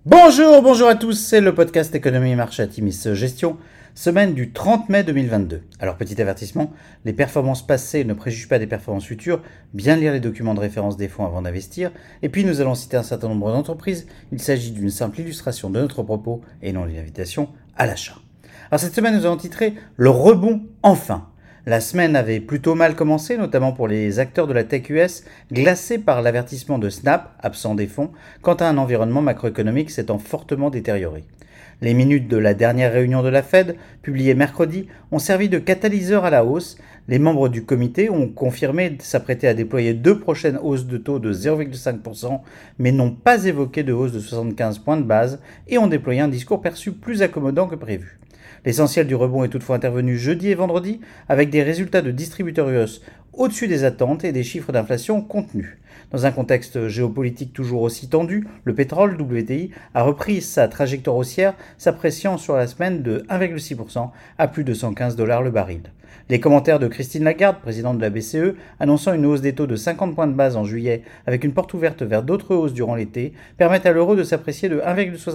Bonjour à tous, c'est le podcast Économie et Marché à Timis Gestion, semaine du 30 mai 2022. Alors petit avertissement, les performances passées ne préjugent pas des performances futures, bien lire les documents de référence des fonds avant d'investir, et puis nous allons citer un certain nombre d'entreprises, il s'agit d'une simple illustration de notre propos et non d'une invitation à l'achat. Alors cette semaine nous avons titré « Le rebond enfin ». La semaine avait plutôt mal commencé, notamment pour les acteurs de la tech US, glacés par l'avertissement de Snap, absent des fonds, quant à un environnement macroéconomique s'étant fortement détérioré. Les minutes de la dernière réunion de la Fed, publiées mercredi, ont servi de catalyseur à la hausse. Les membres du comité ont confirmé s'apprêter à déployer 2 prochaines hausses de taux de 0,5%, mais n'ont pas évoqué de hausse de 75 points de base et ont déployé un discours perçu plus accommodant que prévu. L'essentiel du rebond est toutefois intervenu jeudi et vendredi, avec des résultats de distributeurs US au-dessus des attentes et des chiffres d'inflation contenus. Dans un contexte géopolitique toujours aussi tendu, le pétrole WTI a repris sa trajectoire haussière, s'appréciant sur la semaine de 1,6% à plus de 115$ le baril. Les commentaires de Christine Lagarde, présidente de la BCE, annonçant une hausse des taux de 50 points de base en juillet avec une porte ouverte vers d'autres hausses durant l'été, permettent à l'euro de s'apprécier de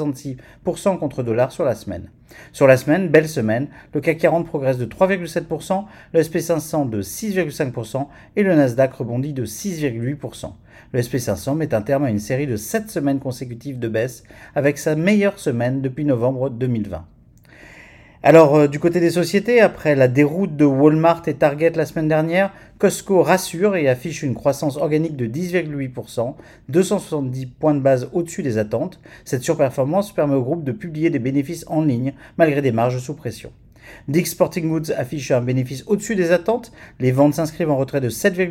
1,66% contre dollar sur la semaine. Sur la semaine, belle semaine, le CAC 40 progresse de 3,7%, le SP500 de 6,5% et le Nasdaq rebondit de 6,8%. Le SP500 met un terme à une série de 7 semaines consécutives de baisse avec sa meilleure semaine depuis novembre 2020. Alors, du côté des sociétés, après la déroute de Walmart et Target la semaine dernière, Costco rassure et affiche une croissance organique de 10,8%, 270 points de base au-dessus des attentes. Cette surperformance permet au groupe de publier des bénéfices en ligne, malgré des marges sous pression. Dick's Sporting Goods affiche un bénéfice au-dessus des attentes. Les ventes s'inscrivent en retrait de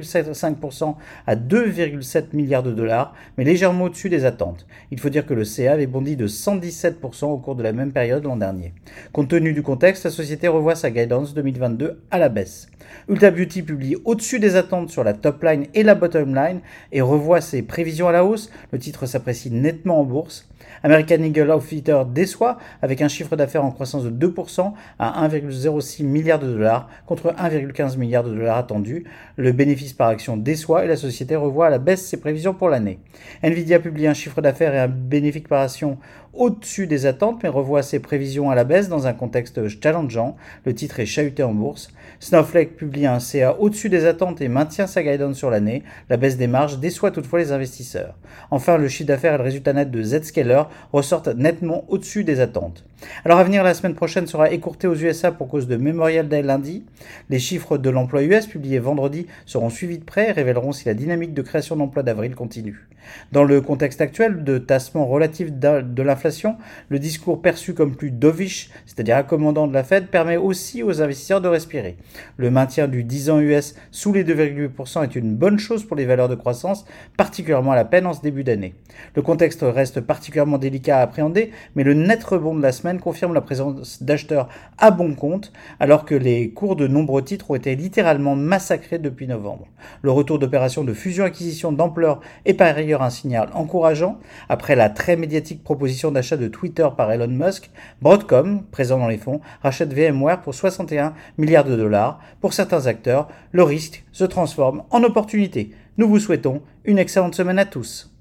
7,5% à 2,7 milliards de dollars, mais légèrement au-dessus des attentes. Il faut dire que le CA avait bondi de 117% au cours de la même période l'an dernier. Compte tenu du contexte, la société revoit sa guidance 2022 à la baisse. Ulta Beauty publie au-dessus des attentes sur la top line et la bottom line et revoit ses prévisions à la hausse. Le titre s'apprécie nettement en bourse. American Eagle Outfitters déçoit avec un chiffre d'affaires en croissance de 2% à 1,06 milliard de dollars contre 1,15 milliard de dollars attendus. Le bénéfice par action déçoit et la société revoit à la baisse ses prévisions pour l'année. Nvidia publie un chiffre d'affaires et un bénéfice par action au-dessus des attentes mais revoit ses prévisions à la baisse dans un contexte challengeant. Le titre est chahuté en bourse. Snowflake publie un CA au-dessus des attentes et maintient sa guidance sur l'année. La baisse des marges déçoit toutefois les investisseurs. Enfin, le chiffre d'affaires et le résultat net de Zscaler ressortent nettement au-dessus des attentes. Alors à venir, la semaine prochaine sera écourtée aux USA pour cause de Memorial Day lundi. Les chiffres de l'emploi US publiés vendredi seront suivis de près et révéleront si la dynamique de création d'emplois d'avril continue. Dans le contexte actuel de tassement relatif de l'inflation, le discours perçu comme plus dovish, c'est-à-dire accommodant de la Fed, permet aussi aux investisseurs de respirer. Le maintien du 10 ans US sous les 2,8% est une bonne chose pour les valeurs de croissance, particulièrement à la peine en ce début d'année. Le contexte reste particulièrement délicat à appréhender, mais le net rebond de la semaine confirme la présence d'acheteurs à bon compte, alors que les cours de nombreux titres ont été littéralement massacrés depuis novembre. Le retour d'opérations de fusion-acquisition d'ampleur est par ailleurs un signal encourageant. Après la très médiatique proposition d'achat de Twitter par Elon Musk, Broadcom, présent dans les fonds, rachète VMware pour 61 milliards de dollars. Pour certains acteurs, le risque se transforme en opportunité. Nous vous souhaitons une excellente semaine à tous.